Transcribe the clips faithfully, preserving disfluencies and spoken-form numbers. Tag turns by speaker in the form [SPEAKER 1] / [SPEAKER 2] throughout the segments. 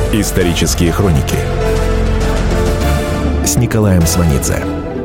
[SPEAKER 1] Исторические хроники с Николаем Сванидзе.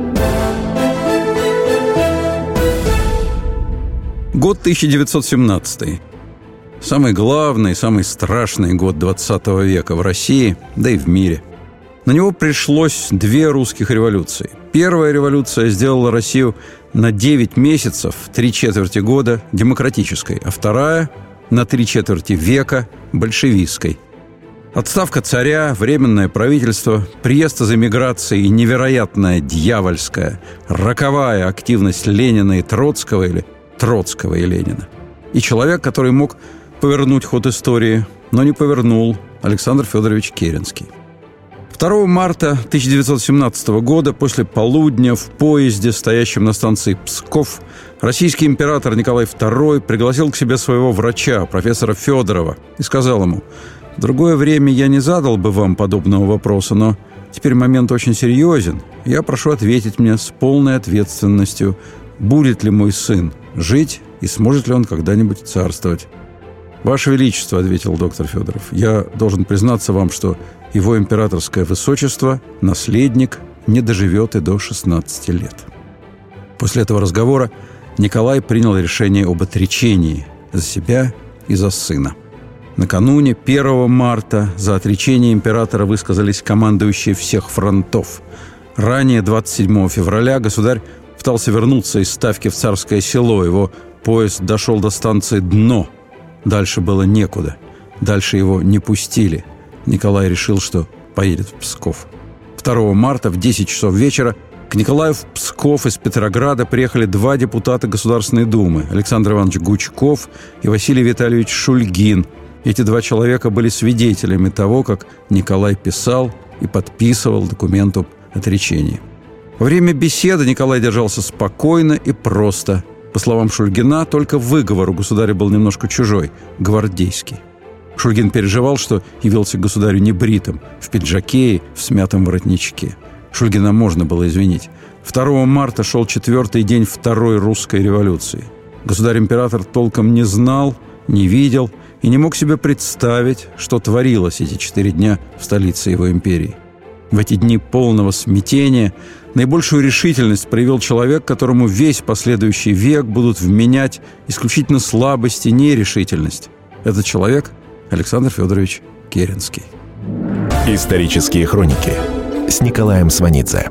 [SPEAKER 2] Год тысяча девятьсот семнадцатый. Самый главный, самый страшный год двадцатого века в России, да и в мире. На него пришлось две русских революции. Первая революция сделала Россию на девять месяцев, три четверти года демократической, а вторая – на три четверти века большевистской. Отставка царя, временное правительство, приезд из эмиграции и невероятная дьявольская, роковая активность Ленина и Троцкого или Троцкого и Ленина. И человек, который мог повернуть ход истории, но не повернул, Александр Федорович Керенский. второго марта тысяча девятьсот семнадцатого года, после полудня, в поезде, стоящем на станции Псков, российский император Николай второй пригласил к себе своего врача, профессора Федорова, и сказал ему: «В другое время я не задал бы вам подобного вопроса, но теперь момент очень серьезен. Я прошу ответить мне с полной ответственностью, будет ли мой сын жить и сможет ли он когда-нибудь царствовать». «Ваше Величество», — ответил доктор Федоров, — «я должен признаться вам, что его императорское высочество, наследник, не доживет и до шестнадцати лет». После этого разговора Николай принял решение об отречении за себя и за сына. Накануне, первого марта, за отречение императора высказались командующие всех фронтов. Ранее, двадцать седьмого февраля, государь пытался вернуться из Ставки в Царское Село. Его поезд дошел до станции Дно. Дальше было некуда. Дальше его не пустили. Николай решил, что поедет в Псков. второго марта в десять часов вечера к Николаю в Псков из Петрограда приехали два депутата Государственной Думы – Александр Иванович Гучков и Василий Витальевич Шульгин. Эти два человека были свидетелями того, как Николай писал и подписывал документ об отречении. Во время беседы Николай держался спокойно и просто. По словам Шульгина, только выговор у государя был немножко чужой – гвардейский. Шульгин переживал, что явился к государю небритым, в пиджаке и в смятом воротничке. Шульгина можно было извинить. второго марта шел четвертый день Второй русской революции. Государь-император толком не знал, не видел и не мог себе представить, что творилось эти четыре дня в столице его империи. В эти дни полного смятения наибольшую решительность проявил человек, которому весь последующий век будут вменять исключительно слабость и нерешительность. Этот человек – Александр Федорович Керенский.
[SPEAKER 1] Исторические хроники с Николаем Сванидзе.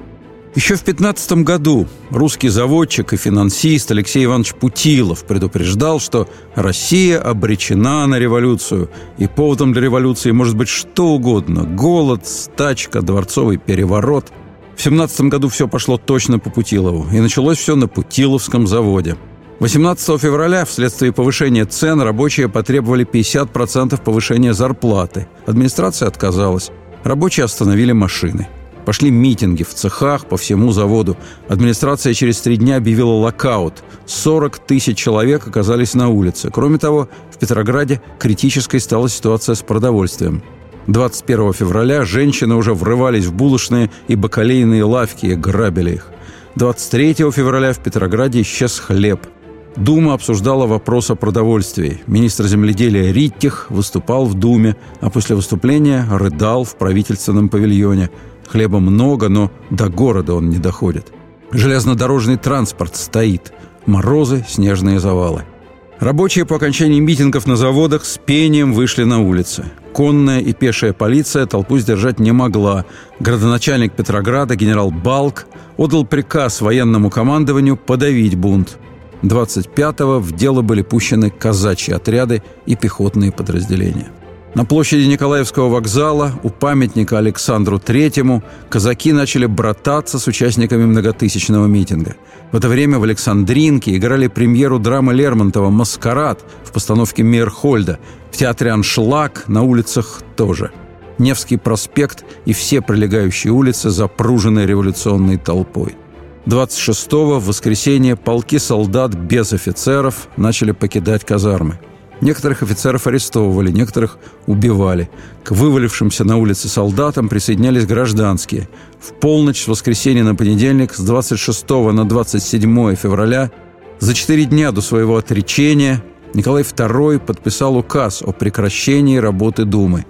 [SPEAKER 2] Еще в пятнадцатом году русский заводчик и финансист Алексей Иванович Путилов предупреждал, что Россия обречена на революцию, и поводом для революции может быть что угодно – голод, стачка, дворцовый переворот. В семнадцатом году все пошло точно по Путилову, и началось все на Путиловском заводе. восемнадцатого февраля вследствие повышения цен рабочие потребовали пятьдесят процентов повышения зарплаты. Администрация отказалась. Рабочие остановили машины. Пошли митинги в цехах по всему заводу. Администрация через три дня объявила локаут. сорок тысяч человек оказались на улице. Кроме того, в Петрограде критической стала ситуация с продовольствием. двадцать первого февраля женщины уже врывались в булочные и бакалейные лавки и грабили их. двадцать третьего февраля в Петрограде исчез хлеб. Дума обсуждала вопрос о продовольствии. Министр земледелия Риттих выступал в Думе, а после выступления рыдал в правительственном павильоне. Хлеба много, но до города он не доходит. Железнодорожный транспорт стоит. Морозы, снежные завалы. Рабочие по окончании митингов на заводах с пением вышли на улицы. Конная и пешая полиция толпу сдержать не могла. Градоначальник Петрограда генерал Балк отдал приказ военному командованию подавить бунт. двадцать пятого в дело были пущены казачьи отряды и пехотные подразделения. На площади Николаевского вокзала у памятника Александру Третьему казаки начали брататься с участниками многотысячного митинга. В это время в Александринке играли премьеру драмы Лермонтова «Маскарад» в постановке Мейерхольда. В театре «Аншлаг» на улицах тоже. Невский проспект и все прилегающие улицы запружены революционной толпой. двадцать шестого в воскресенье полки солдат без офицеров начали покидать казармы. Некоторых офицеров арестовывали, некоторых убивали. К вывалившимся на улице солдатам присоединялись гражданские. В полночь с воскресенья на понедельник, с двадцать шестого на двадцать седьмое февраля, за четыре дня до своего отречения, Николай второй подписал указ о прекращении работы Думы.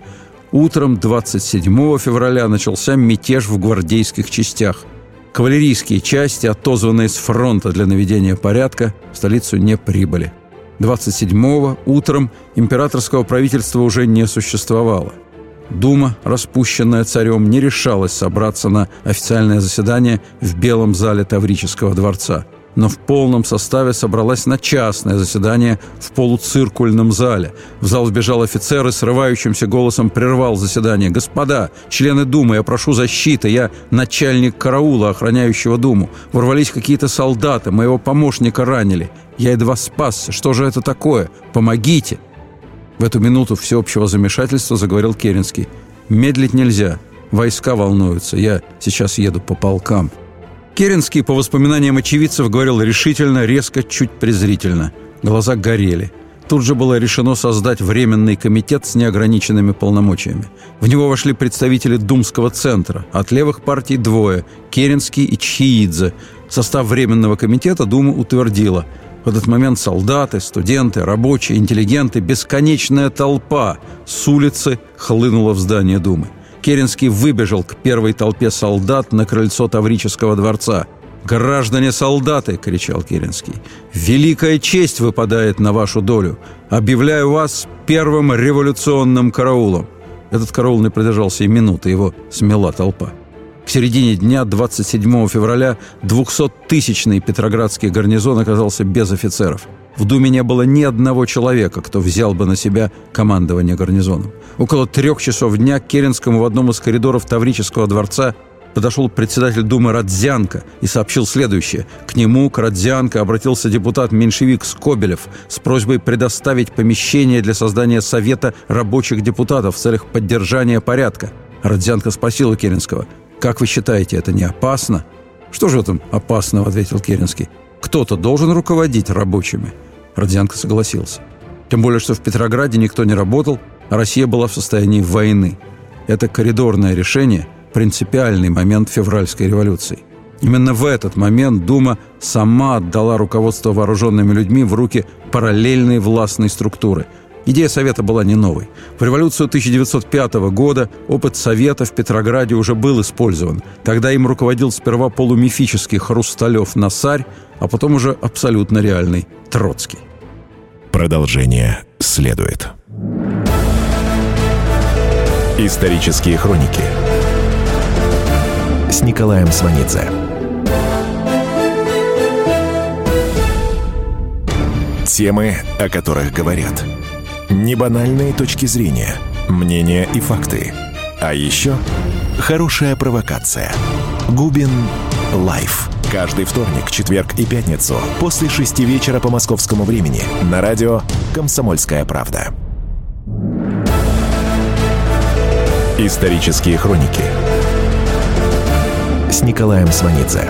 [SPEAKER 2] Утром двадцать седьмого февраля начался мятеж в гвардейских частях. Кавалерийские части, отозванные с фронта для наведения порядка, в столицу не прибыли. двадцать седьмого утром императорского правительства уже не существовало. Дума, распущенная царем, не решалась собраться на официальное заседание в Белом зале Таврического дворца, но в полном составе собралась на частное заседание в полуциркульном зале. В зал вбежал офицер и срывающимся голосом прервал заседание. «Господа, члены Думы, я прошу защиты, я начальник караула, охраняющего Думу. Ворвались какие-то солдаты, моего помощника ранили. Я едва спасся. Что же это такое? Помогите!» В эту минуту всеобщего замешательства заговорил Керенский. «Медлить нельзя. Войска волнуются. Я сейчас еду по полкам». Керенский, по воспоминаниям очевидцев, говорил решительно, резко, чуть презрительно. Глаза горели. Тут же было решено создать временный комитет с неограниченными полномочиями. В него вошли представители Думского центра. От левых партий двое – Керенский и Чхеидзе. Состав временного комитета Дума утвердила. В этот момент солдаты, студенты, рабочие, интеллигенты, бесконечная толпа с улицы хлынула в здание Думы. Керенский выбежал к первой толпе солдат на крыльцо Таврического дворца. «Граждане-солдаты!» — кричал Керенский. «Великая честь выпадает на вашу долю! Объявляю вас первым революционным караулом!» Этот караул не продержался и минуты, его смела толпа. К середине дня, двадцать седьмого февраля, двухсоттысячный Петроградский гарнизон оказался без офицеров. В Думе не было ни одного человека, кто взял бы на себя командование гарнизоном. Около трех часов дня к Керенскому в одном из коридоров Таврического дворца подошел председатель Думы Родзянко и сообщил следующее. К нему, к Родзянко, обратился депутат-меньшевик Скобелев с просьбой предоставить помещение для создания Совета рабочих депутатов в целях поддержания порядка. Родзянко спросил у Керенского: «Как вы считаете, это не опасно?» «Что же в этом опасного?» — ответил Керенский. «Кто-то должен руководить рабочими». Родзянко согласился. Тем более, что в Петрограде никто не работал, а Россия была в состоянии войны. Это коридорное решение – принципиальный момент февральской революции. Именно в этот момент Дума сама отдала руководство вооруженными людьми в руки параллельной властной структуры. Идея Совета была не новой. В революцию тысяча девятьсот пятого года опыт Совета в Петрограде уже был использован. Тогда им руководил сперва полумифический Хрусталев-Насарь, а потом уже абсолютно реальный Троцкий.
[SPEAKER 1] Продолжение следует. Исторические хроники с Николаем Сванидзе. Темы, о которых говорят. Небанальные точки зрения, мнения и факты. А еще хорошая провокация. Губин Лайф. Каждый вторник, четверг и пятницу после шести вечера по московскому времени на радио «Комсомольская правда». Исторические хроники с Николаем Сванидзе.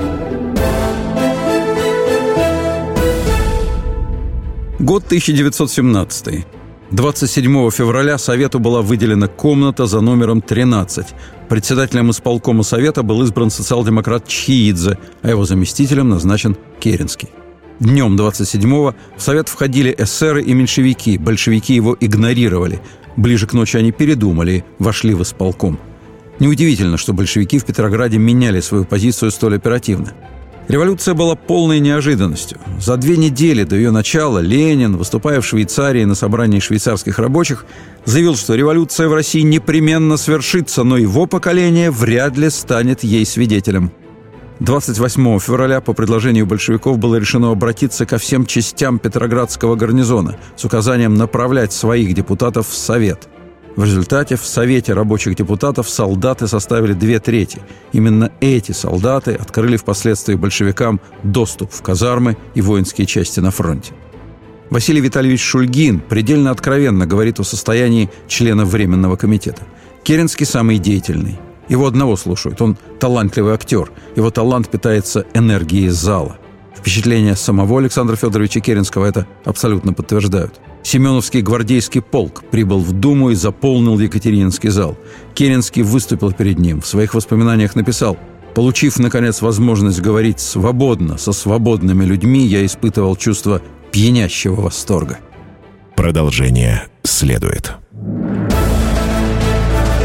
[SPEAKER 2] Год тысяча девятьсот семнадцатый. двадцать седьмого февраля Совету была выделена комната за номером тринадцать. Председателем исполкома Совета был избран социал-демократ Чхеидзе, а его заместителем назначен Керенский. Днем двадцать седьмого в Совет входили эсеры и меньшевики, большевики его игнорировали. Ближе к ночи они передумали и вошли в исполком. Неудивительно, что большевики в Петрограде меняли свою позицию столь оперативно. Революция была полной неожиданностью. За две недели до ее начала Ленин, выступая в Швейцарии на собрании швейцарских рабочих, заявил, что революция в России непременно свершится, но его поколение вряд ли станет ей свидетелем. двадцать восьмого февраля по предложению большевиков было решено обратиться ко всем частям Петроградского гарнизона с указанием направлять своих депутатов в Совет. В результате в Совете рабочих депутатов солдаты составили две трети. Именно эти солдаты открыли впоследствии большевикам доступ в казармы и воинские части на фронте. Василий Витальевич Шульгин предельно откровенно говорит о состоянии членов Временного комитета. Керенский самый деятельный. Его одного слушают. Он талантливый актер. Его талант питается энергией зала. Впечатления самого Александра Федоровича Керенского это абсолютно подтверждают. Семеновский гвардейский полк прибыл в Думу и заполнил Екатерининский зал. Керенский выступил перед ним. В своих воспоминаниях написал: «Получив, наконец, возможность говорить свободно со свободными людьми, я испытывал чувство пьянящего восторга».
[SPEAKER 1] Продолжение следует.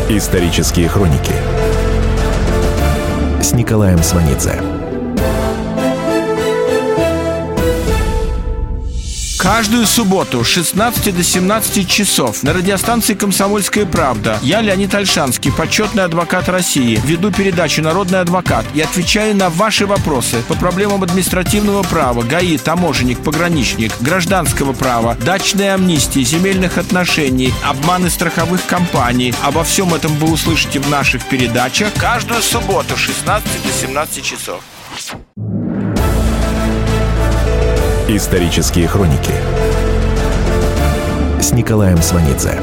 [SPEAKER 1] Исторические хроники с Николаем Сванидзе.
[SPEAKER 3] Каждую субботу с шестнадцати до семнадцати часов на радиостанции «Комсомольская правда» я, Леонид Ольшанский, почетный адвокат России, веду передачу «Народный адвокат» и отвечаю на ваши вопросы по проблемам административного права, ГАИ, таможенник, пограничник, гражданского права, дачной амнистии, земельных отношений, обманы страховых компаний. Обо всем этом вы услышите в наших передачах каждую субботу с шестнадцати до семнадцати часов.
[SPEAKER 1] Исторические хроники с Николаем Сванидзе.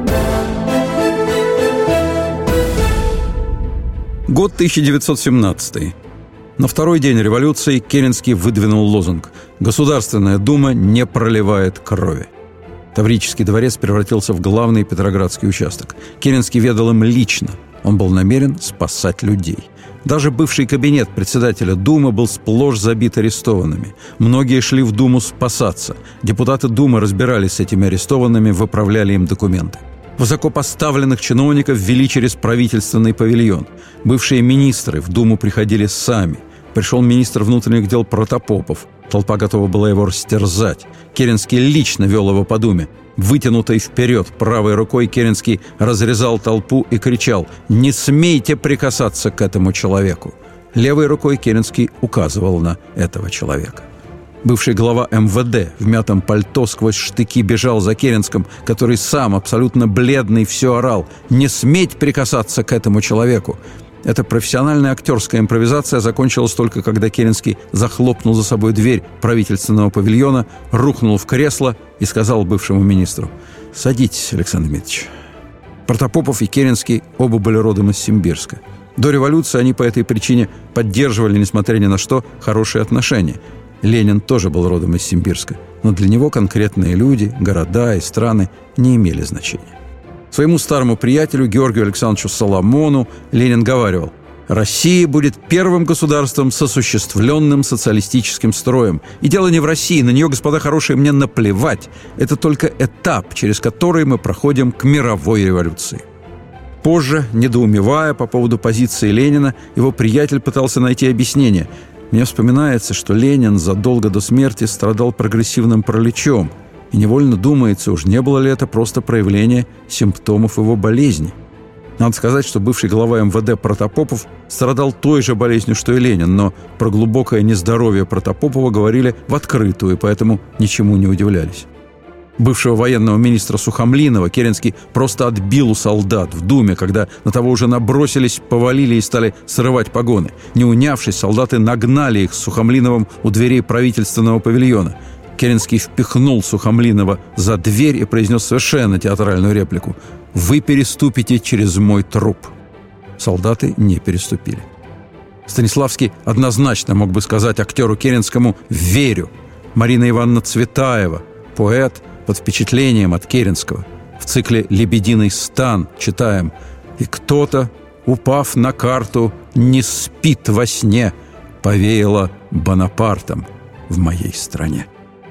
[SPEAKER 2] Год тысяча девятьсот семнадцатый. На второй день революции Керенский выдвинул лозунг «Государственная дума не проливает крови». Таврический дворец превратился в главный петроградский участок. Керенский ведал им лично. Он был намерен спасать людей. Даже бывший кабинет председателя Думы был сплошь забит арестованными. Многие шли в Думу спасаться. Депутаты Думы разбирались с этими арестованными, выправляли им документы. Высокопоставленных чиновников ввели через правительственный павильон. Бывшие министры в Думу приходили сами. Пришел министр внутренних дел Протопопов. Толпа готова была его растерзать. Керенский лично вел его по Думе. Вытянутой вперед правой рукой Керенский разрезал толпу и кричал: «Не смейте прикасаться к этому человеку!» Левой рукой Керенский указывал на этого человека. Бывший глава эм вэ дэ в мятом пальто сквозь штыки бежал за Керенским, который сам, абсолютно бледный, все орал: «Не сметь прикасаться к этому человеку!» Эта профессиональная актерская импровизация закончилась только когда Керенский захлопнул за собой дверь правительственного павильона, рухнул в кресло и сказал бывшему министру: «Садитесь, Александр Дмитриевич». Протопопов и Керенский оба были родом из Симбирска. До революции они по этой причине поддерживали, несмотря ни на что, хорошие отношения. Ленин тоже был родом из Симбирска, но для него конкретные люди, города и страны не имели значения. Своему старому приятелю Георгию Александровичу Соломону Ленин говаривал: «Россия будет первым государством с осуществленным социалистическим строем. И дело не в России, на нее, господа хорошие, мне наплевать. Это только этап, через который мы проходим к мировой революции». Позже, недоумевая по поводу позиции Ленина, его приятель пытался найти объяснение. Мне вспоминается, что Ленин задолго до смерти страдал прогрессивным параличом. И невольно думается, уж не было ли это просто проявление симптомов его болезни. Надо сказать, что бывший глава эм вэ дэ Протопопов страдал той же болезнью, что и Ленин, но про глубокое нездоровье Протопопова говорили в открытую, и поэтому ничему не удивлялись. Бывшего военного министра Сухомлинова Керенский просто отбил у солдат в Думе, когда на того уже набросились, повалили и стали срывать погоны. Не унявшись, солдаты нагнали их с Сухомлиновым у дверей правительственного павильона. Керенский впихнул Сухомлинова за дверь и произнес совершенно театральную реплику: «Вы переступите через мой труп». Солдаты не переступили. Станиславский однозначно мог бы сказать актеру Керенскому «верю». Марина Ивановна Цветаева, поэт, под впечатлением от Керенского. В цикле «Лебединый стан» читаем: «И кто-то, упав на карту, не спит во сне, повеяло Бонапартом в моей стране».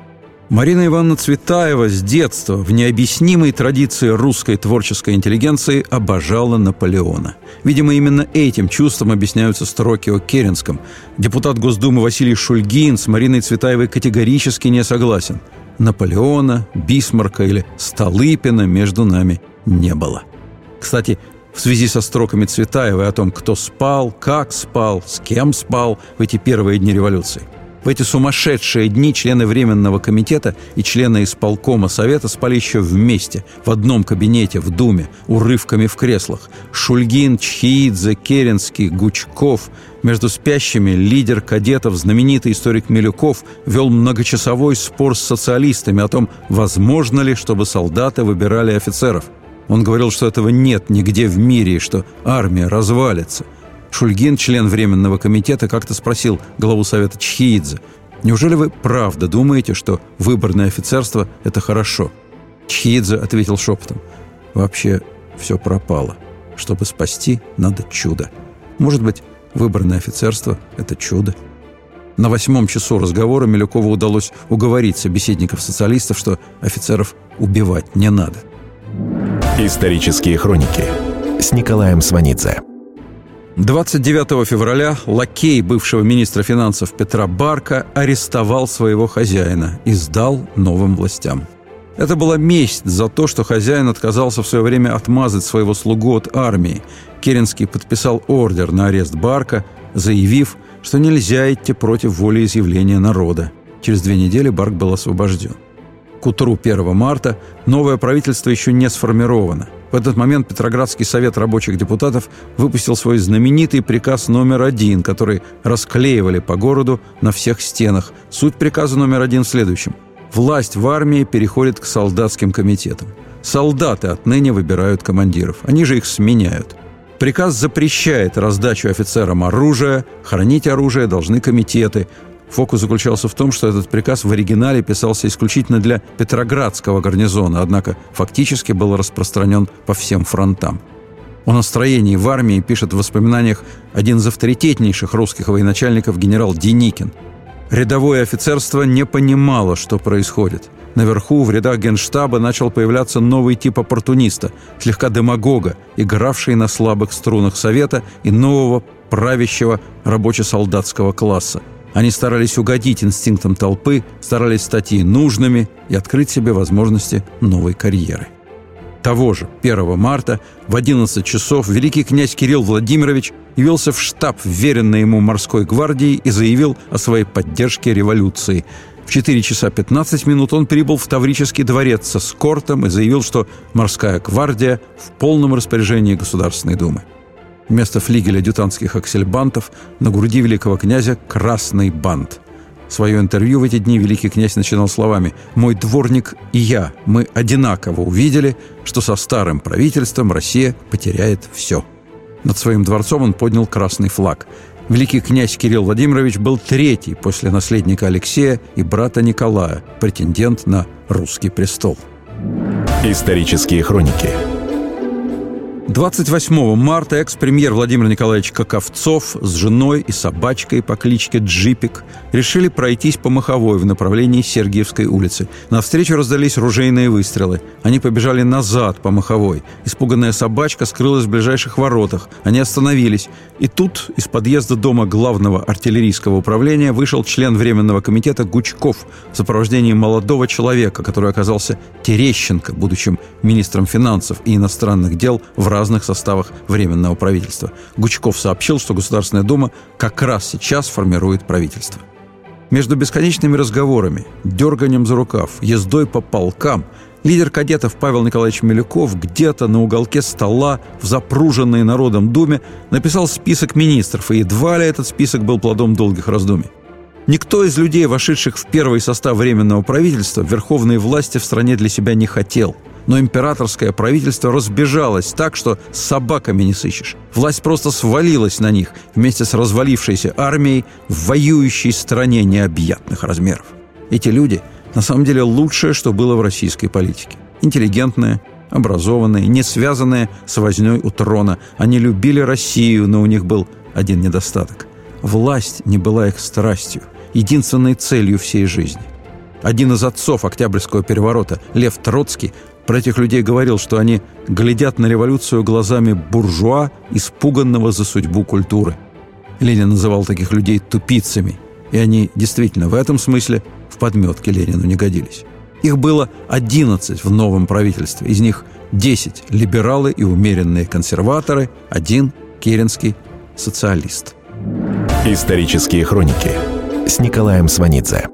[SPEAKER 2] Марина Ивановна Цветаева с детства в необъяснимой традиции русской творческой интеллигенции обожала Наполеона. Видимо, именно этим чувством объясняются строки о Керенском. Депутат Госдумы Василий Шульгин с Мариной Цветаевой категорически не согласен. Наполеона, Бисмарка или Столыпина между нами не было. Кстати, в связи со строками Цветаевой о том, кто спал, как спал, с кем спал в эти первые дни революции. В эти сумасшедшие дни члены Временного комитета и члены исполкома Совета спали еще вместе, в одном кабинете, в Думе, урывками в креслах. Шульгин, Чхеидзе, Керенский, Гучков. Между спящими лидер кадетов, знаменитый историк Милюков, вел многочасовой спор с социалистами о том, возможно ли, чтобы солдаты выбирали офицеров. Он говорил, что этого нет нигде в мире и что армия развалится. Шульгин, член Временного комитета, как-то спросил главу Совета Чхеидзе: «Неужели вы правда думаете, что выборное офицерство – это хорошо?» Чхеидзе ответил шепотом: «Вообще все пропало. Чтобы спасти, надо чудо. Может быть, выборное офицерство – это чудо». На восьмом часу разговора Милюкову удалось уговорить собеседников-социалистов, что офицеров убивать не надо.
[SPEAKER 1] Исторические хроники с Николаем Сванидзе.
[SPEAKER 2] двадцать девятого февраля лакей бывшего министра финансов Петра Барка арестовал своего хозяина и сдал новым властям. Это была месть за то, что хозяин отказался в свое время отмазать своего слугу от армии. Керенский подписал ордер на арест Барка, заявив, что нельзя идти против волеизъявления народа. Через две недели Барк был освобожден. К утру первого марта новое правительство еще не сформировано. В этот момент Петроградский совет рабочих депутатов выпустил свой знаменитый приказ номер один, который расклеивали по городу на всех стенах. Суть приказа номер один в следующем. Власть в армии переходит к солдатским комитетам. Солдаты отныне выбирают командиров. Они же их сменяют. Приказ запрещает раздачу офицерам оружия. Хранить оружие должны комитеты. Фокус заключался в том, что этот приказ в оригинале писался исключительно для Петроградского гарнизона, однако фактически был распространен по всем фронтам. О настроении в армии пишет в воспоминаниях один из авторитетнейших русских военачальников генерал Деникин. Рядовое офицерство не понимало, что происходит. Наверху, в рядах генштаба, начал появляться новый тип оппортуниста, слегка демагога, игравший на слабых струнах совета и нового правящего рабоче-солдатского класса. Они старались угодить инстинктам толпы, старались стать ей нужными и открыть себе возможности новой карьеры. Того же первого марта в одиннадцать часов великий князь Кирилл Владимирович явился в штаб вверенной ему морской гвардии и заявил о своей поддержке революции. В четыре часа пятнадцать минут он прибыл в Таврический дворец с эскортом и заявил, что морская гвардия в полном распоряжении Государственной Думы. Вместо флигеля адъютантских аксельбантов на груди великого князя красный бант. Свое интервью в эти дни великий князь начинал словами: «Мой дворник и я, мы одинаково увидели, что со старым правительством Россия потеряет все». Над своим дворцом он поднял красный флаг. Великий князь Кирилл Владимирович был третий после наследника Алексея и брата Николая, претендент на русский престол.
[SPEAKER 1] Исторические хроники.
[SPEAKER 2] двадцать восьмого марта экс-премьер Владимир Николаевич Каковцов с женой и собачкой по кличке Джипик решили пройтись по Моховой в направлении Сергиевской улицы. Навстречу раздались ружейные выстрелы. Они побежали назад по Моховой. Испуганная собачка скрылась в ближайших воротах. Они остановились. И тут из подъезда дома главного артиллерийского управления вышел член Временного комитета Гучков в сопровождении молодого человека, который оказался Терещенко, будущим министром финансов и иностранных дел в разных составах Временного правительства. Гучков сообщил, что Государственная Дума как раз сейчас формирует правительство. Между бесконечными разговорами, дерганием за рукав, ездой по полкам, лидер кадетов Павел Николаевич Милюков где-то на уголке стола в запруженной народом Думе написал список министров, и едва ли этот список был плодом долгих раздумий. Никто из людей, вошедших в первый состав Временного правительства, верховной власти в стране для себя не хотел. Но императорское правительство разбежалось так, что с собаками не сыщешь. Власть просто свалилась на них вместе с развалившейся армией в воюющей стране необъятных размеров. Эти люди на самом деле лучшее, что было в российской политике. Интеллигентные, образованные, не связанные с вознёй у трона. Они любили Россию, но у них был один недостаток. Власть не была их страстью, единственной целью всей жизни. Один из отцов Октябрьского переворота, Лев Троцкий, про этих людей говорил, что они глядят на революцию глазами буржуа, испуганного за судьбу культуры. Ленин называл таких людей тупицами, и они действительно в этом смысле в подметке Ленину не годились. Их было одиннадцать в новом правительстве, из них десять либералы и умеренные консерваторы, один керенский социалист.
[SPEAKER 1] Исторические хроники с Николаем Сванидзе.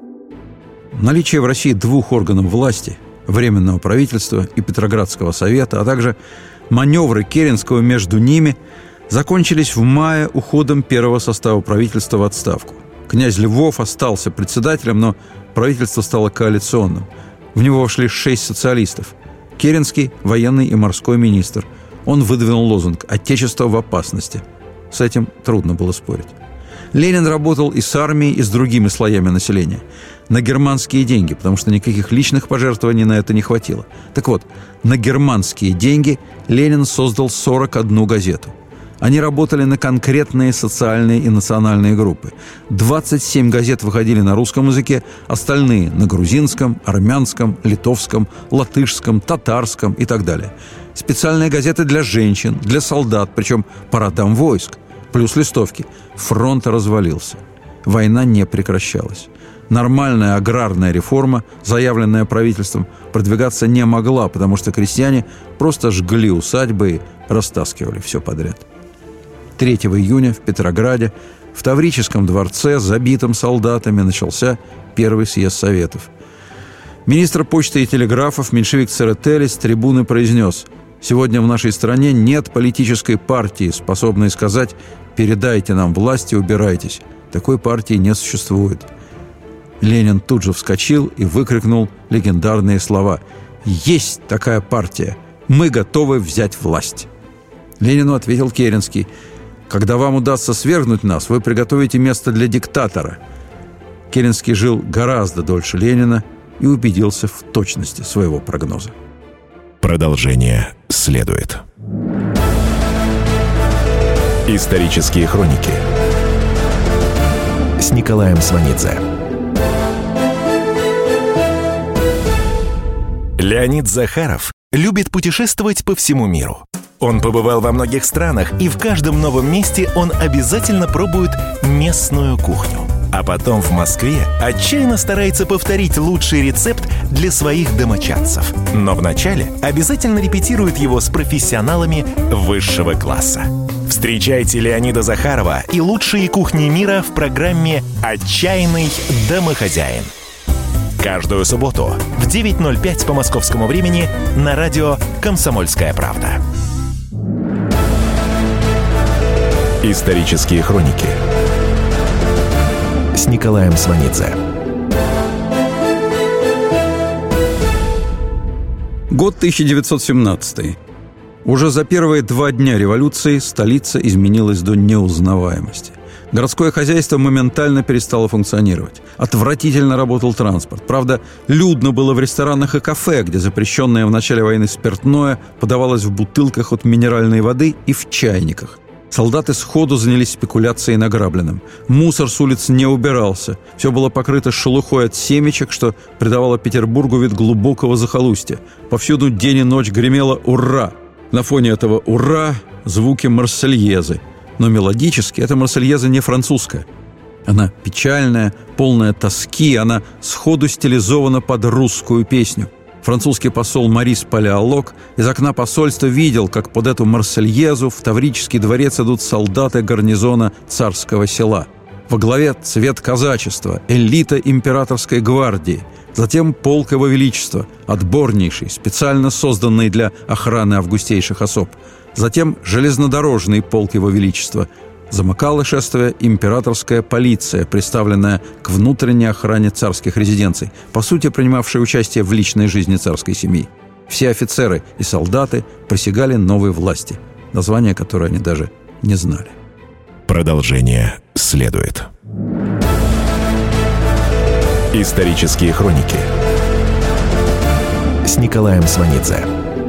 [SPEAKER 2] Наличие в России двух органов власти – Временного правительства и Петроградского совета, а также маневры Керенского между ними закончились в мае уходом первого состава правительства в отставку. Князь Львов остался председателем, но правительство стало коалиционным. В него вошли шесть социалистов. Керенский – военный и морской министр. Он выдвинул лозунг «Отечество в опасности». С этим трудно было спорить. Ленин работал и с армией, и с другими слоями населения. На германские деньги, потому что никаких личных пожертвований на это не хватило. Так вот, на германские деньги Ленин создал сорок одну газету. Они работали на конкретные социальные и национальные группы. двадцать семь газет выходили на русском языке, остальные – на грузинском, армянском, литовском, латышском, татарском и так далее. Специальные газеты для женщин, для солдат, причем по родам войск. Плюс листовки. Фронт развалился. Война не прекращалась. Нормальная аграрная реформа, заявленная правительством, продвигаться не могла, потому что крестьяне просто жгли усадьбы и растаскивали все подряд. третьего июня в Петрограде в Таврическом дворце, забитом солдатами, начался первый съезд Советов. Министр почты и телеграфов меньшевик Церетели с трибуны произнес: «Сегодня в нашей стране нет политической партии, способной сказать: передайте нам власть и убирайтесь. Такой партии не существует». Ленин тут же вскочил и выкрикнул легендарные слова: «Есть такая партия! Мы готовы взять власть!» Ленину ответил Керенский: «Когда вам удастся свергнуть нас, вы приготовите место для диктатора». Керенский жил гораздо дольше Ленина и убедился в точности своего прогноза.
[SPEAKER 1] Продолжение следует. Исторические хроники с Николаем Сванидзе. Леонид Захаров любит путешествовать по всему миру. Он побывал во многих странах, и в каждом новом месте он обязательно пробует местную кухню. А потом в Москве отчаянно старается повторить лучший рецепт для своих домочадцев. Но вначале обязательно репетирует его с профессионалами высшего класса. Встречайте Леонида Захарова и лучшие кухни мира в программе «Отчаянный домохозяин». Каждую субботу в девять ноль пять по московскому времени на радио «Комсомольская правда». Исторические хроники с Николаем Сванидзе.
[SPEAKER 2] Год тысяча девятьсот семнадцатый. Уже за первые два дня революции столица изменилась до неузнаваемости. Городское хозяйство моментально перестало функционировать. Отвратительно работал транспорт. Правда, людно было в ресторанах и кафе, где запрещенное в начале войны спиртное подавалось в бутылках от минеральной воды и в чайниках. Солдаты сходу занялись спекуляцией награбленным. Мусор с улиц не убирался. Все было покрыто шелухой от семечек, что придавало Петербургу вид глубокого захолустья. Повсюду день и ночь гремело «Ура!». На фоне этого «Ура!» звуки марсельезы. Но мелодически эта марсельеза не французская. Она печальная, полная тоски, она сходу стилизована под русскую песню. Французский посол Марис Палеолог из окна посольства видел, как под эту марсельезу в Таврический дворец идут солдаты гарнизона Царского Села. Во главе цвет казачества, элита императорской гвардии, затем полк Его Величества, отборнейший, специально созданный для охраны августейших особ, затем железнодорожный полк Его Величества. Замыкала шествие императорская полиция, представленная к внутренней охране царских резиденций, по сути, принимавшая участие в личной жизни царской семьи. Все офицеры и солдаты присягали новой власти, название которой они даже не знали.
[SPEAKER 1] Продолжение следует. Исторические хроники с Николаем Сванидзе.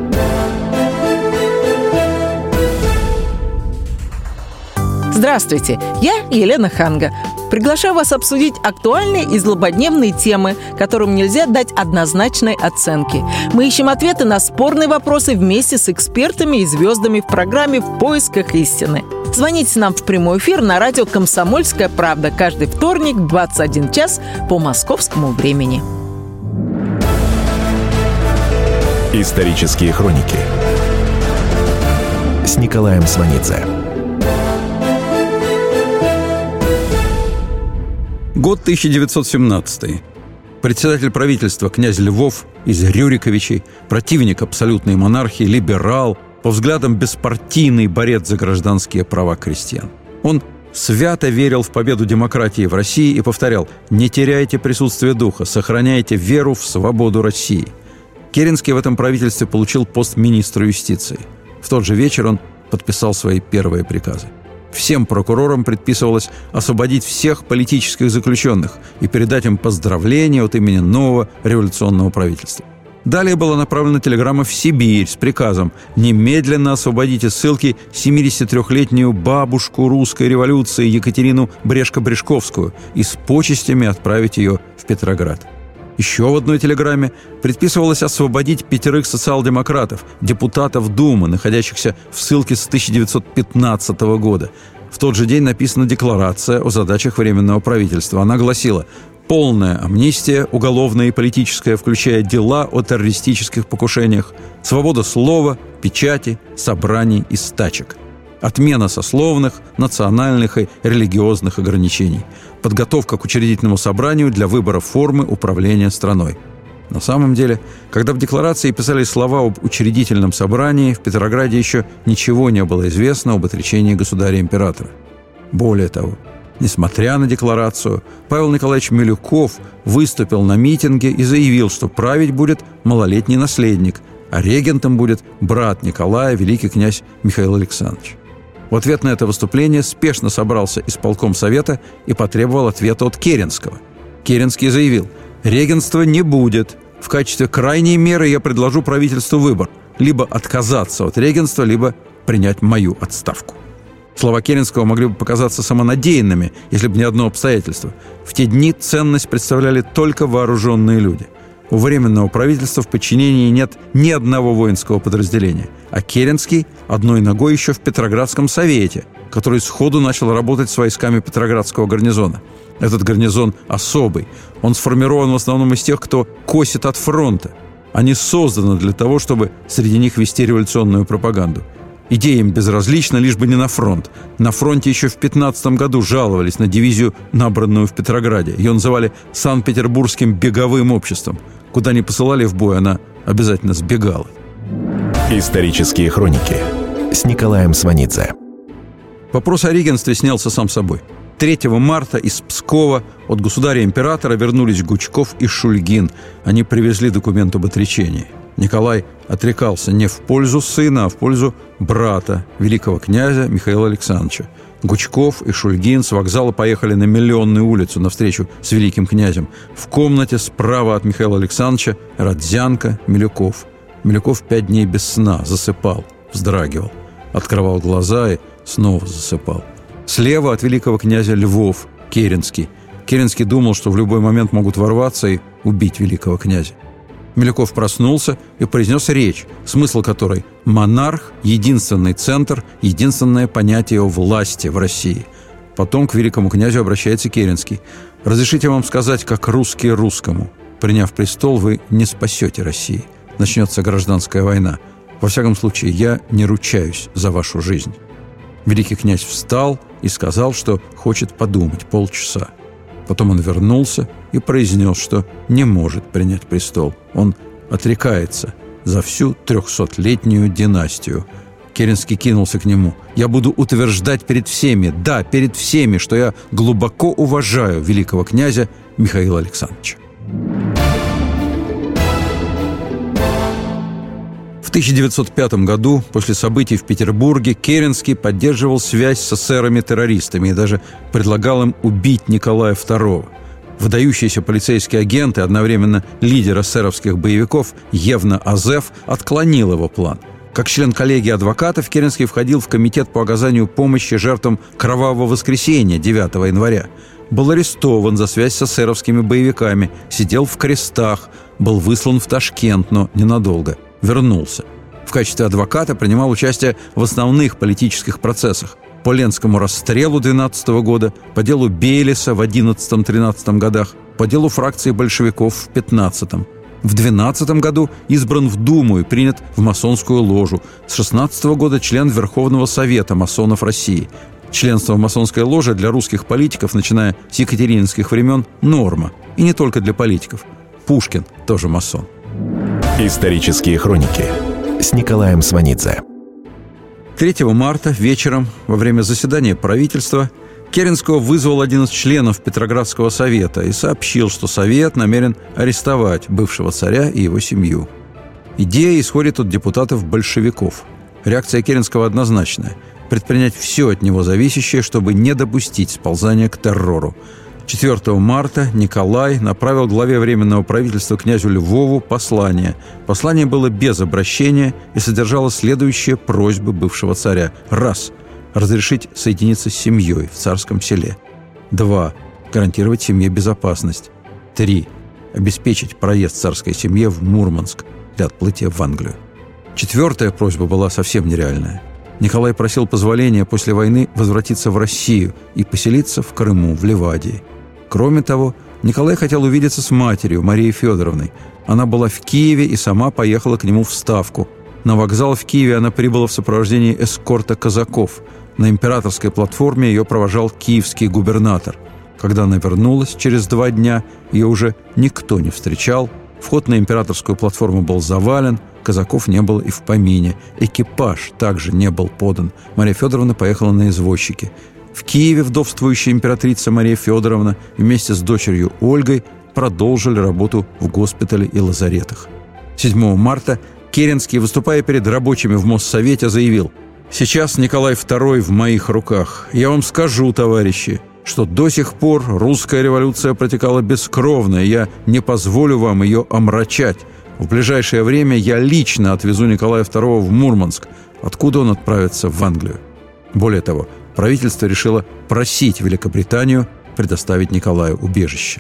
[SPEAKER 4] Здравствуйте, я Елена Ханга. Приглашаю вас обсудить актуальные и злободневные темы, которым нельзя дать однозначной оценки. Мы ищем ответы на спорные вопросы вместе с экспертами и звездами в программе «В поисках истины». Звоните нам в прямой эфир на радио «Комсомольская правда» каждый вторник в двадцать один час по московскому времени.
[SPEAKER 1] Исторические хроники с Николаем Сванидзе.
[SPEAKER 2] Год тысяча девятьсот семнадцатый. Председатель правительства князь Львов из Рюриковичей, противник абсолютной монархии, либерал, по взглядам беспартийный борец за гражданские права крестьян. Он свято верил в победу демократии в России и повторял: «Не теряйте присутствие духа, сохраняйте веру в свободу России». Керенский в этом правительстве получил пост министра юстиции. В тот же вечер он подписал свои первые приказы. Всем прокурорам предписывалось освободить всех политических заключенных и передать им поздравления от имени нового революционного правительства. Далее была направлена телеграмма в Сибирь с приказом немедленно освободить из ссылки семидесятитрёхлетнюю бабушку русской революции Екатерину Брешко-Брешковскую и с почестями отправить ее в Петроград. Еще в одной телеграмме предписывалось освободить пятерых социал-демократов, депутатов Думы, находящихся в ссылке с тысяча девятьсот пятнадцатого года. В тот же день написана декларация о задачах Временного правительства. Она гласила: полная амнистия, уголовная и политическая, включая дела о террористических покушениях, свобода слова, печати, собраний и стачек, отмена сословных, национальных и религиозных ограничений, подготовка к учредительному собранию для выбора формы управления страной. На самом деле, когда в декларации писали слова об учредительном собрании, в Петрограде еще ничего не было известно об отречении государя-императора. Более того, несмотря на декларацию, Павел Николаевич Милюков выступил на митинге и заявил, что править будет малолетний наследник, а регентом будет брат Николая, великий князь Михаил Александрович. В ответ на это выступление спешно собрался исполком Совета и потребовал ответа от Керенского. Керенский заявил: «Регенства не будет. В качестве крайней меры я предложу правительству выбор – либо отказаться от регенства, либо принять мою отставку». Слова Керенского могли бы показаться самонадеянными, если бы не одно обстоятельство. В те дни ценность представляли только вооруженные люди. У Временного правительства в подчинении нет ни одного воинского подразделения, а Керенский одной ногой еще в Петроградском совете, который сходу начал работать с войсками Петроградского гарнизона. Этот гарнизон особый. Он сформирован в основном из тех, кто косит от фронта. Они созданы для того, чтобы среди них вести революционную пропаганду. Идея им безразлична, лишь бы не на фронт. На фронте еще в пятнадцатом году жаловались на дивизию, набранную в Петрограде. Ее называли Санкт-Петербургским беговым обществом. Куда ни посылали в бой, она обязательно сбегала.
[SPEAKER 1] Исторические хроники с Николаем Сванидзе.
[SPEAKER 2] Вопрос о регенстве снялся сам собой. третьего марта из Пскова от государя-императора вернулись Гучков и Шульгин. Они привезли документ об отречении. Николай отрекался не в пользу сына, а в пользу брата, великого князя Михаила Александровича. Гучков и Шульгин с вокзала поехали на Миллионную улицу навстречу с великим князем. В комнате справа от Михаила Александровича Родзянко, Милюков. Милюков пять дней без сна, засыпал, вздрагивал, открывал глаза и снова засыпал. Слева от великого князя Львов, Керенский. Керенский думал, что в любой момент могут ворваться и убить великого князя. Милюков проснулся и произнес речь, смысл которой – монарх, единственный центр, единственное понятие о власти в России. Потом к великому князю обращается Керенский. «Разрешите вам сказать, как русский русскому. Приняв престол, вы не спасете России. Начнется гражданская война. Во всяком случае, я не ручаюсь за вашу жизнь». Великий князь встал и сказал, что хочет подумать полчаса. Потом он вернулся и произнес, что не может принять престол. Он отрекается за всю трехсотлетнюю династию. Керенский кинулся к нему. «Я буду утверждать перед всеми, да, перед всеми, что я глубоко уважаю великого князя Михаила Александровича». В тысяча девятьсот пятом году, после событий в Петербурге, Керенский поддерживал связь с эсерами-террористами и даже предлагал им убить Николая второго. Выдающийся полицейский агент и одновременно лидер эсеровских боевиков Евна Азеф отклонил его план. Как член коллегии адвокатов Керенский входил в комитет по оказанию помощи жертвам Кровавого воскресенья девятого января. Был арестован за связь с эсеровскими боевиками, сидел в крестах, был выслан в Ташкент, но ненадолго. Вернулся. В качестве адвоката принимал участие в основных политических процессах. По Ленскому расстрелу двенадцатого года, по делу Бейлиса в одиннадцатом-тринадцатом годах, по делу фракции большевиков в пятнадцатом. В двенадцатом году избран в Думу и принят в масонскую ложу. С шестнадцатого года член Верховного Совета масонов России. Членство в масонской ложе для русских политиков, начиная с екатерининских времен, норма. И не только для политиков. Пушкин тоже масон.
[SPEAKER 1] Исторические хроники с Николаем Сванидзе.
[SPEAKER 2] третьего марта вечером, во время заседания правительства, Керенского вызвал один из членов Петроградского совета и сообщил, что совет намерен арестовать бывшего царя и его семью. Идея исходит от депутатов-большевиков. Реакция Керенского однозначная – предпринять все от него зависящее, чтобы не допустить сползания к террору. четвёртого марта Николай направил главе Временного правительства князю Львову послание. Послание было без обращения и содержало следующие просьбы бывшего царя. Раз. Разрешить соединиться с семьей в Царском Селе. Два. Гарантировать семье безопасность. Три. Обеспечить проезд царской семье в Мурманск для отплытия в Англию. Четвертая просьба была совсем нереальная. Николай просил позволения после войны возвратиться в Россию и поселиться в Крыму, в Ливадии. Кроме того, Николай хотел увидеться с матерью, Марией Федоровной. Она была в Киеве и сама поехала к нему в Ставку. На вокзал в Киеве она прибыла в сопровождении эскорта казаков. На императорской платформе ее провожал киевский губернатор. Когда она вернулась через два дня, ее уже никто не встречал. Вход на императорскую платформу был завален, казаков не было и в помине. Экипаж также не был подан. Мария Федоровна поехала на извозчике. В Киеве вдовствующая императрица Мария Федоровна вместе с дочерью Ольгой продолжили работу в госпитале и лазаретах. седьмого марта Керенский, выступая перед рабочими в Моссовете, заявил: «Сейчас Николай второй в моих руках. Я вам скажу, товарищи, что до сих пор русская революция протекала бескровно, и я не позволю вам ее омрачать. В ближайшее время я лично отвезу Николая второго в Мурманск, откуда он отправится в Англию». Более того, правительство решило просить Великобританию предоставить Николаю убежище.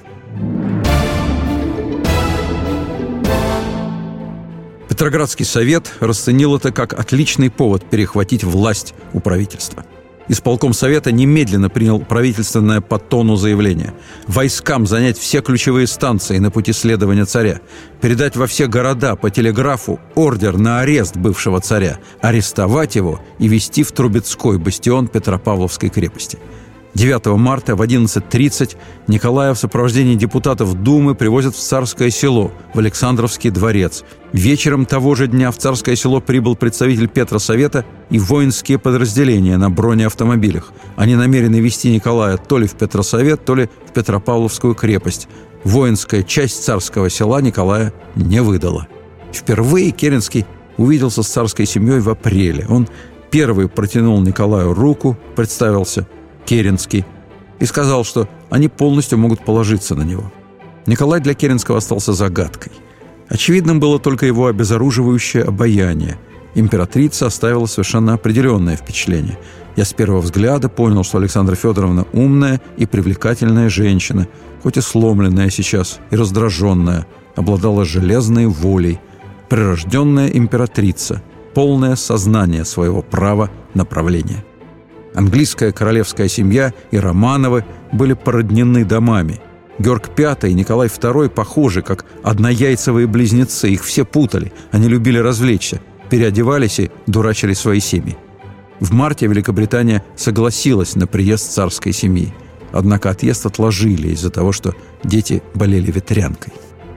[SPEAKER 2] Петроградский совет расценил это как отличный повод перехватить власть у правительства. Исполком совета немедленно принял правительственное по тону заявление: войскам занять все ключевые станции на пути следования царя, передать во все города по телеграфу ордер на арест бывшего царя, арестовать его и везти в Трубецкой бастион Петропавловской крепости. девятого марта в одиннадцать тридцать Николая в сопровождении депутатов Думы привозят в Царское Село, в Александровский дворец. Вечером того же дня в Царское Село прибыл представитель Петросовета и воинские подразделения на бронеавтомобилях. Они намерены везти Николая то ли в Петросовет, то ли в Петропавловскую крепость. Воинская часть Царского Села Николая не выдала. Впервые Керенский увиделся с царской семьей в апреле. Он первый протянул Николаю руку, представился Керенский, и сказал, что они полностью могут положиться на него. Николай для Керенского остался загадкой. Очевидным было только его обезоруживающее обаяние. Императрица оставила совершенно определенное впечатление. Я с первого взгляда понял, что Александра Федоровна умная и привлекательная женщина, хоть и сломленная сейчас и раздраженная, обладала железной волей, прирожденная императрица, полное сознание своего права на правление. Английская королевская семья и Романовы были породнены домами. Георг Пятый и Николай Второй похожи, как однояйцевые близнецы. Их все путали. Они любили развлечься, переодевались и дурачили свои семьи. В марте Великобритания согласилась на приезд царской семьи. Однако отъезд отложили из-за того, что дети болели ветрянкой.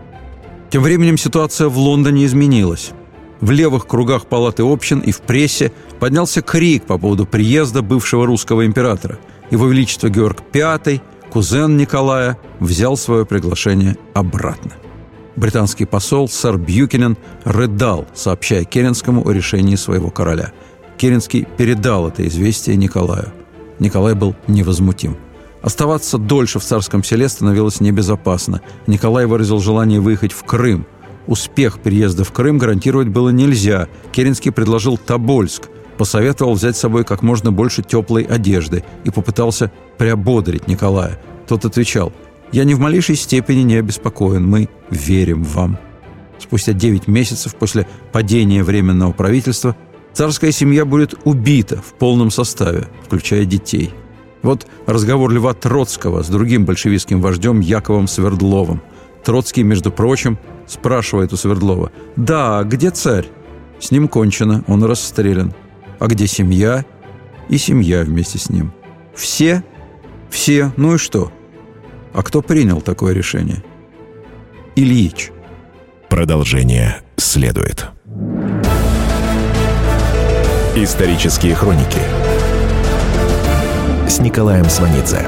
[SPEAKER 2] Тем временем ситуация в Лондоне изменилась. В левых кругах палаты общин и в прессе поднялся крик по поводу приезда бывшего русского императора. Его Величество Георг Пятый, кузен Николая, взял свое приглашение обратно. Британский посол сэр Бьюкенен рыдал, сообщая Керенскому о решении своего короля. Керенский передал это известие Николаю. Николай был невозмутим. Оставаться дольше в Царском Селе становилось небезопасно. Николай выразил желание выехать в Крым. Успех переезда в Крым гарантировать было нельзя. Керенский предложил Тобольск, посоветовал взять с собой как можно больше теплой одежды и попытался приободрить Николая. Тот отвечал: «Я ни в малейшей степени не обеспокоен, мы верим вам». Спустя девять месяцев после падения Временного правительства царская семья будет убита в полном составе, включая детей. Вот разговор Льва Троцкого с другим большевистским вождем Яковом Свердловым. Троцкий, между прочим, спрашивает у Свердлова: «Да, где царь?» С ним кончено, он расстрелян. А где семья? И семья вместе с ним. Все? Все. Ну и что? А кто принял такое решение? Ильич.
[SPEAKER 1] Продолжение следует. Исторические хроники с Николаем Сванидзе.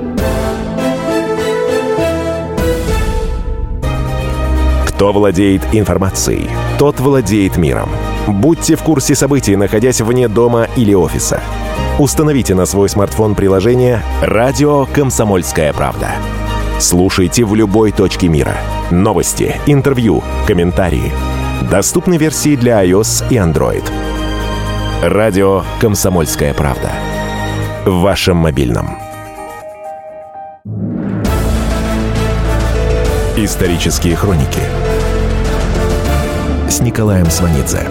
[SPEAKER 1] Кто владеет информацией, тот владеет миром. Будьте в курсе событий, находясь вне дома или офиса. Установите на свой смартфон приложение «Радио Комсомольская правда». Слушайте в любой точке мира. Новости, интервью, комментарии. Доступны версии для iOS и Android. Радио «Комсомольская правда». В вашем мобильном. Исторические хроники с Николаем Сванидзе.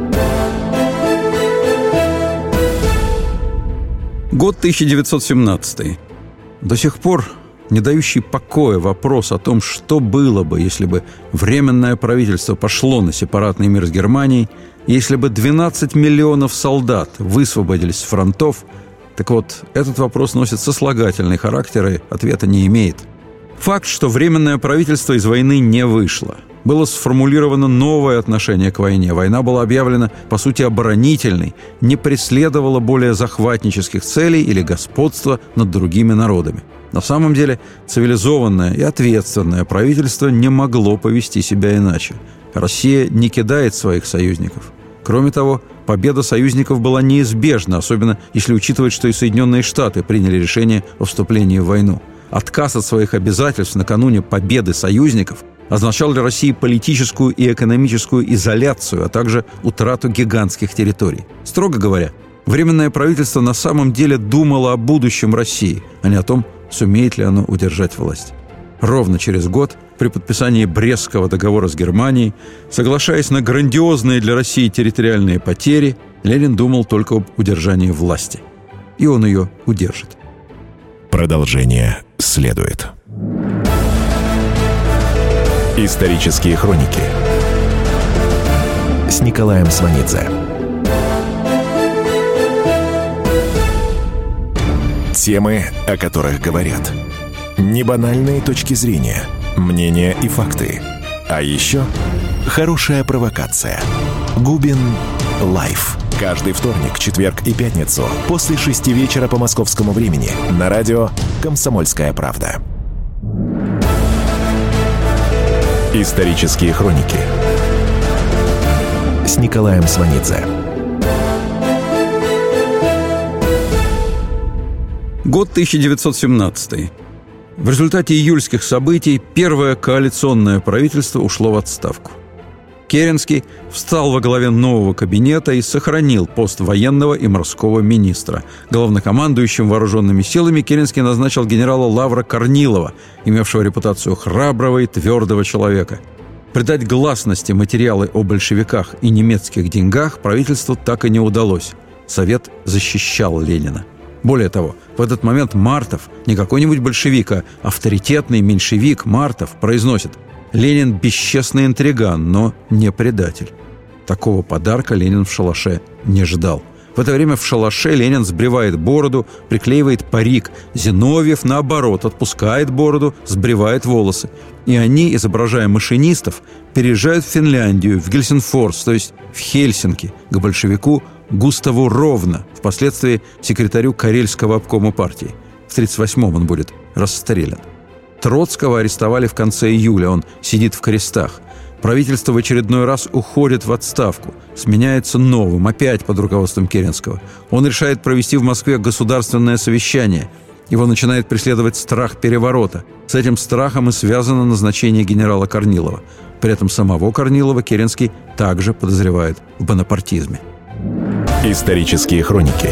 [SPEAKER 2] Год тысяча девятьсот семнадцатый. До сих пор не дающий покоя вопрос о том, что было бы, если бы Временное правительство пошло на сепаратный мир с Германией, если бы двенадцать миллионов солдат высвободились с фронтов. Так вот, этот вопрос носит сослагательный характер и ответа не имеет. Факт, что Временное правительство из войны не вышло. Было сформулировано новое отношение к войне. Война была объявлена, по сути, оборонительной, не преследовала более захватнических целей или господства над другими народами. На самом деле, цивилизованное и ответственное правительство не могло повести себя иначе. Россия не кидает своих союзников. Кроме того, победа союзников была неизбежна, особенно если учитывать, что и Соединенные Штаты приняли решение о вступлении в войну. Отказ от своих обязательств накануне победы союзников означал для России политическую и экономическую изоляцию, а также утрату гигантских территорий. Строго говоря, Временное правительство на самом деле думало о будущем России, а не о том, сумеет ли оно удержать власть. Ровно через год, при подписании Брестского договора с Германией, соглашаясь на грандиозные для России территориальные потери, Ленин думал только об удержании власти. И он ее удержит.
[SPEAKER 1] Продолжение следует. Исторические хроники с Николаем Сванидзе. Темы, о которых говорят. Небанальные точки зрения, мнения и факты. А еще хорошая провокация. Губин Лайф. Каждый вторник, четверг и пятницу после шести вечера по московскому времени на радио «Комсомольская правда». Исторические хроники с Николаем Сванидзе.
[SPEAKER 2] Год тысяча девятьсот семнадцатый. В результате июльских событий первое коалиционное правительство ушло в отставку. Керенский встал во главе нового кабинета и сохранил пост военного и морского министра. Главнокомандующим вооруженными силами Керенский назначил генерала Лавра Корнилова, имевшего репутацию храброго и твердого человека. Придать гласности материалы о большевиках и немецких деньгах правительству так и не удалось. Совет защищал Ленина. Более того, в этот момент Мартов, не какой-нибудь большевик, а авторитетный меньшевик Мартов, произносит: «Ленин – бесчестный интриган, но не предатель». Такого подарка Ленин в шалаше не ждал. В это время в шалаше Ленин сбривает бороду, приклеивает парик. Зиновьев, наоборот, отпускает бороду, сбривает волосы. И они, изображая машинистов, переезжают в Финляндию, в Гельсинфорс, то есть в Хельсинки, к большевику Густаву Ровно, впоследствии секретарю Карельского обкома партии. В тридцать восьмом он будет расстрелян. Троцкого арестовали в конце июля, он сидит в крестах. Правительство в очередной раз уходит в отставку, сменяется новым, опять под руководством Керенского. Он решает провести в Москве государственное совещание. Его начинает преследовать страх переворота. С этим страхом и связано назначение генерала Корнилова. При этом самого Корнилова Керенский также подозревает в бонапартизме.
[SPEAKER 1] Исторические хроники.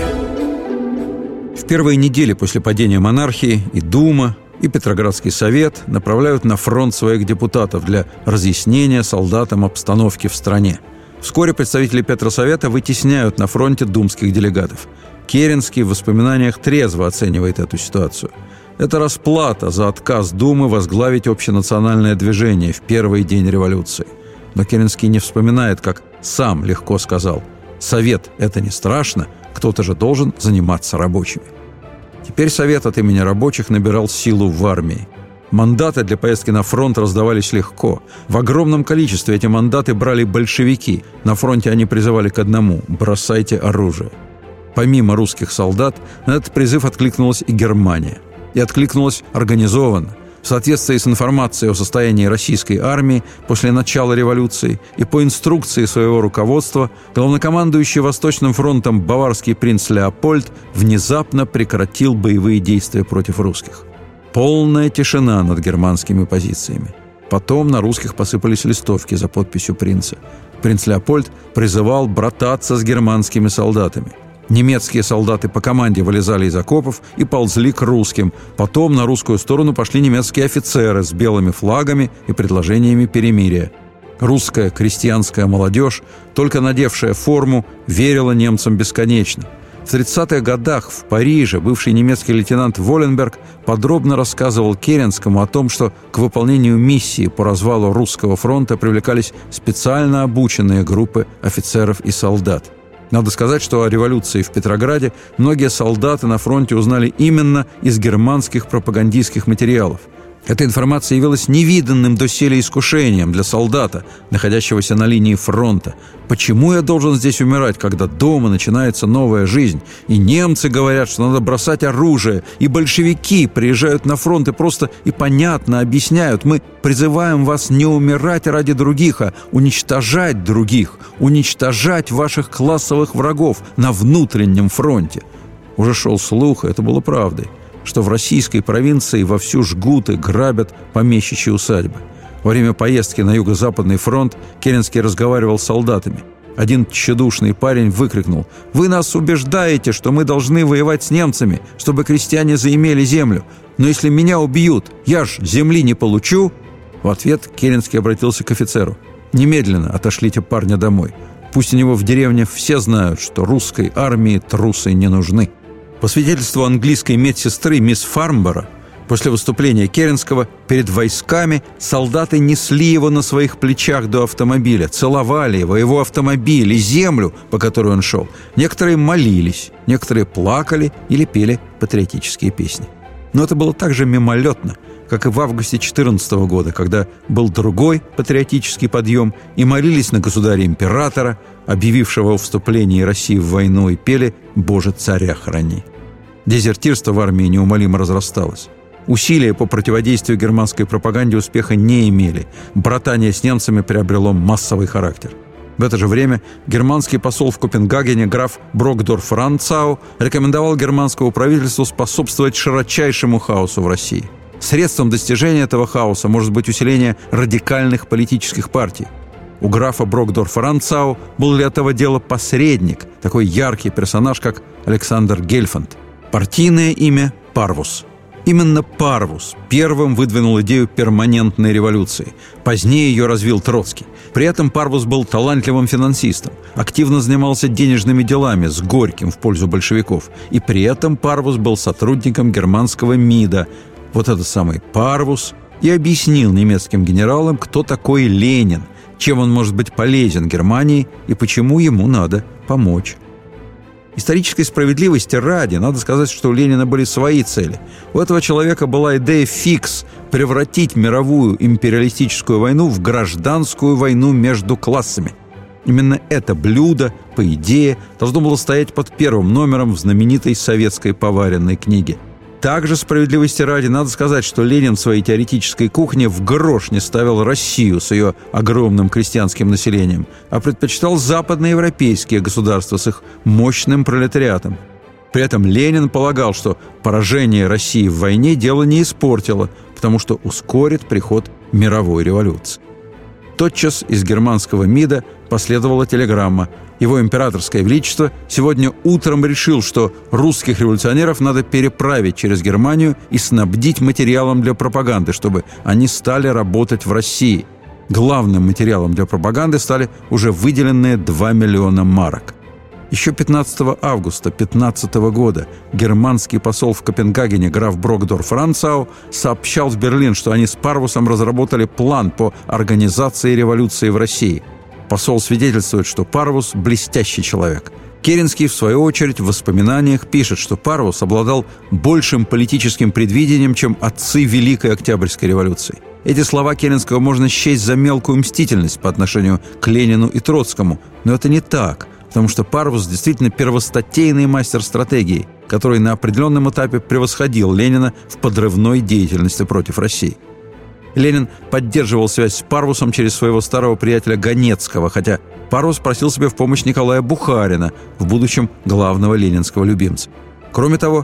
[SPEAKER 2] В первые недели после падения монархии и Дума, и Петроградский совет направляют на фронт своих депутатов для разъяснения солдатам обстановки в стране. Вскоре представители Петросовета вытесняют на фронте думских делегатов. Керенский в воспоминаниях трезво оценивает эту ситуацию. Это расплата за отказ Думы возглавить общенациональное движение в первый день революции. Но Керенский не вспоминает, как сам легко сказал: «Совет – это не страшно, кто-то же должен заниматься рабочими». Теперь Совет от имени рабочих набирал силу в армии. Мандаты для поездки на фронт раздавались легко. В огромном количестве эти мандаты брали большевики. На фронте они призывали к одному – «бросайте оружие». Помимо русских солдат, на этот призыв откликнулась и Германия. И откликнулась организованно. В соответствии с информацией о состоянии российской армии после начала революции и по инструкции своего руководства, главнокомандующий Восточным фронтом баварский принц Леопольд внезапно прекратил боевые действия против русских. Полная тишина над германскими позициями. Потом на русских посыпались листовки за подписью принца. Принц Леопольд призывал брататься с германскими солдатами. Немецкие солдаты по команде вылезали из окопов и ползли к русским. Потом на русскую сторону пошли немецкие офицеры с белыми флагами и предложениями перемирия. Русская крестьянская молодежь, только надевшая форму, верила немцам бесконечно. В тридцатых годах в Париже бывший немецкий лейтенант Воленберг подробно рассказывал Керенскому о том, что к выполнению миссии по развалу русского фронта привлекались специально обученные группы офицеров и солдат. Надо сказать, что о революции в Петрограде многие солдаты на фронте узнали именно из германских пропагандистских материалов. Эта информация явилась невиданным доселе искушением для солдата, находящегося на линии фронта. Почему я должен здесь умирать, когда дома начинается новая жизнь? И немцы говорят, что надо бросать оружие, и большевики приезжают на фронт и просто и понятно объясняют: мы призываем вас не умирать ради других, а уничтожать других, уничтожать ваших классовых врагов на внутреннем фронте. Уже шел слух, и это было правдой, что в российской провинции вовсю жгут и грабят помещичьи усадьбы. Во время поездки на Юго-Западный фронт Керенский разговаривал с солдатами. Один тщедушный парень выкрикнул: «Вы нас убеждаете, что мы должны воевать с немцами, чтобы крестьяне заимели землю. Но если меня убьют, я ж земли не получу». В ответ Керенский обратился к офицеру: «Немедленно отошлите парня домой. Пусть у него в деревне все знают, что русской армии трусы не нужны». По свидетельству английской медсестры мисс Фарнборо, после выступления Керенского перед войсками солдаты несли его на своих плечах до автомобиля, целовали его, его автомобиль и землю, по которой он шел. Некоторые молились, некоторые плакали или пели патриотические песни. Но это было так же мимолетно, как и в августе четырнадцатого года, когда был другой патриотический подъем, и молились на государя-императора, объявившего о вступлении России в войну, и пели «Боже, царя храни». Дезертирство в армии неумолимо разрасталось. Усилия по противодействию германской пропаганде успеха не имели. Братание с немцами приобрело массовый характер. В это же время германский посол в Копенгагене граф Брокдорф Ранцау рекомендовал германскому правительству способствовать широчайшему хаосу в России. Средством достижения этого хаоса может быть усиление радикальных политических партий. У графа Брокдорфа Ранцау был для этого дела посредник, такой яркий персонаж, как Александр Гельфанд. Партийное имя – Парвус. Именно Парвус первым выдвинул идею перманентной революции. Позднее ее развил Троцкий. При этом Парвус был талантливым финансистом, активно занимался денежными делами с Горьким в пользу большевиков. И при этом Парвус был сотрудником германского МИДа. Вот этот самый Парвус и объяснил немецким генералам, кто такой Ленин, чем он может быть полезен Германии и почему ему надо помочь. Исторической справедливости ради, надо сказать, что у Ленина были свои цели. У этого человека была идея фикс – превратить мировую империалистическую войну в гражданскую войну между классами. Именно это блюдо, по идее, должно было стоять под первым номером в знаменитой советской поваренной книге. Также справедливости ради надо сказать, что Ленин в своей теоретической кухне в грош не ставил Россию с ее огромным крестьянским населением, а предпочитал западноевропейские государства с их мощным пролетариатом. При этом Ленин полагал, что поражение России в войне дело не испортило, потому что ускорит приход мировой революции. Тотчас из германского МИДа последовала телеграмма: Его императорское величество сегодня утром решил, что русских революционеров надо переправить через Германию и снабдить материалом для пропаганды, чтобы они стали работать в России. Главным материалом для пропаганды стали уже выделенные два миллиона марок. Еще пятнадцатого августа пятнадцатого года германский посол в Копенгагене граф Брокдорф Ранцау сообщал в Берлин, что они с Парвусом разработали план по организации революции в России. Посол свидетельствует, что Парвус – блестящий человек. Керенский, в свою очередь, в воспоминаниях пишет, что Парвус обладал большим политическим предвидением, чем отцы Великой Октябрьской революции. Эти слова Керенского можно счесть за мелкую мстительность по отношению к Ленину и Троцкому, но это не так, потому что Парвус действительно первостатейный мастер стратегии, который на определенном этапе превосходил Ленина в подрывной деятельности против России. Ленин поддерживал связь с Парвусом через своего старого приятеля Ганецкого, хотя Парвус просил себе в помощь Николая Бухарина, в будущем главного ленинского любимца. Кроме того,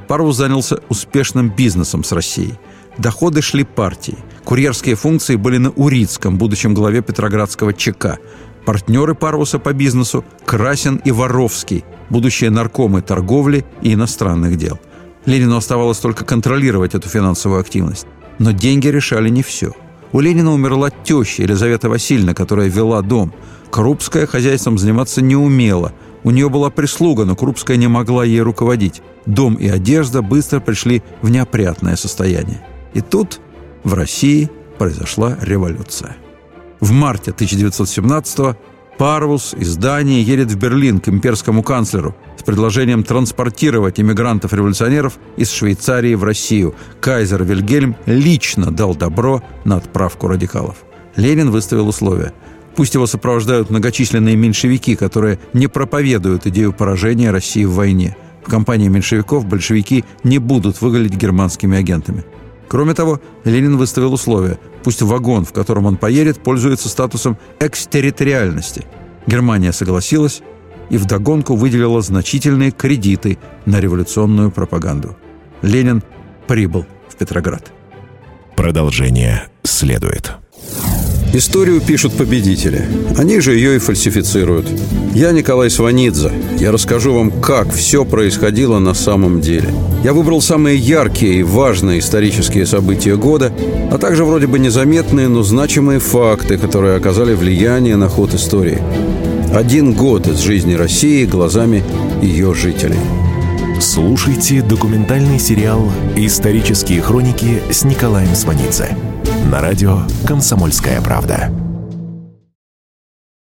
[SPEAKER 2] Парвус занялся успешным бизнесом с Россией. Доходы шли партии. Курьерские функции были на Урицком, будущем главе Петроградского ЧК. Партнеры Парвуса по бизнесу – Красин и Воровский, будущие наркомы торговли и иностранных дел. Ленину оставалось только контролировать эту финансовую активность. Но деньги решали не все. У Ленина умерла теща Елизавета Васильевна, которая вела дом. Крупская хозяйством заниматься не умела. У нее была прислуга, но Крупская не могла ей руководить. Дом и одежда быстро пришли в неопрятное состояние. И тут в России произошла революция. В марте тысяча девятьсот семнадцатого Парвус из Дании едет в Берлин к имперскому канцлеру с предложением транспортировать эмигрантов-революционеров из Швейцарии в Россию. Кайзер Вильгельм лично дал добро на отправку радикалов. Ленин выставил условия. Пусть его сопровождают многочисленные меньшевики, которые не проповедуют идею поражения России в войне. В компании меньшевиков большевики не будут выглядеть германскими агентами. Кроме того, Ленин выставил условия. Пусть вагон, в котором он поедет, пользуется статусом экстерриториальности. Германия согласилась и вдогонку выделила значительные кредиты на революционную пропаганду. Ленин прибыл в Петроград.
[SPEAKER 1] Продолжение следует.
[SPEAKER 2] Историю пишут победители. Они же ее и фальсифицируют. Я Николай Сванидзе. Я расскажу вам, как все происходило на самом деле. Я выбрал самые яркие и важные исторические события года, а также вроде бы незаметные, но значимые факты, которые оказали влияние на ход истории. Один год из жизни России глазами ее жителей.
[SPEAKER 1] Слушайте документальный сериал «Исторические хроники» с Николаем Сванидзе на радио «Комсомольская правда».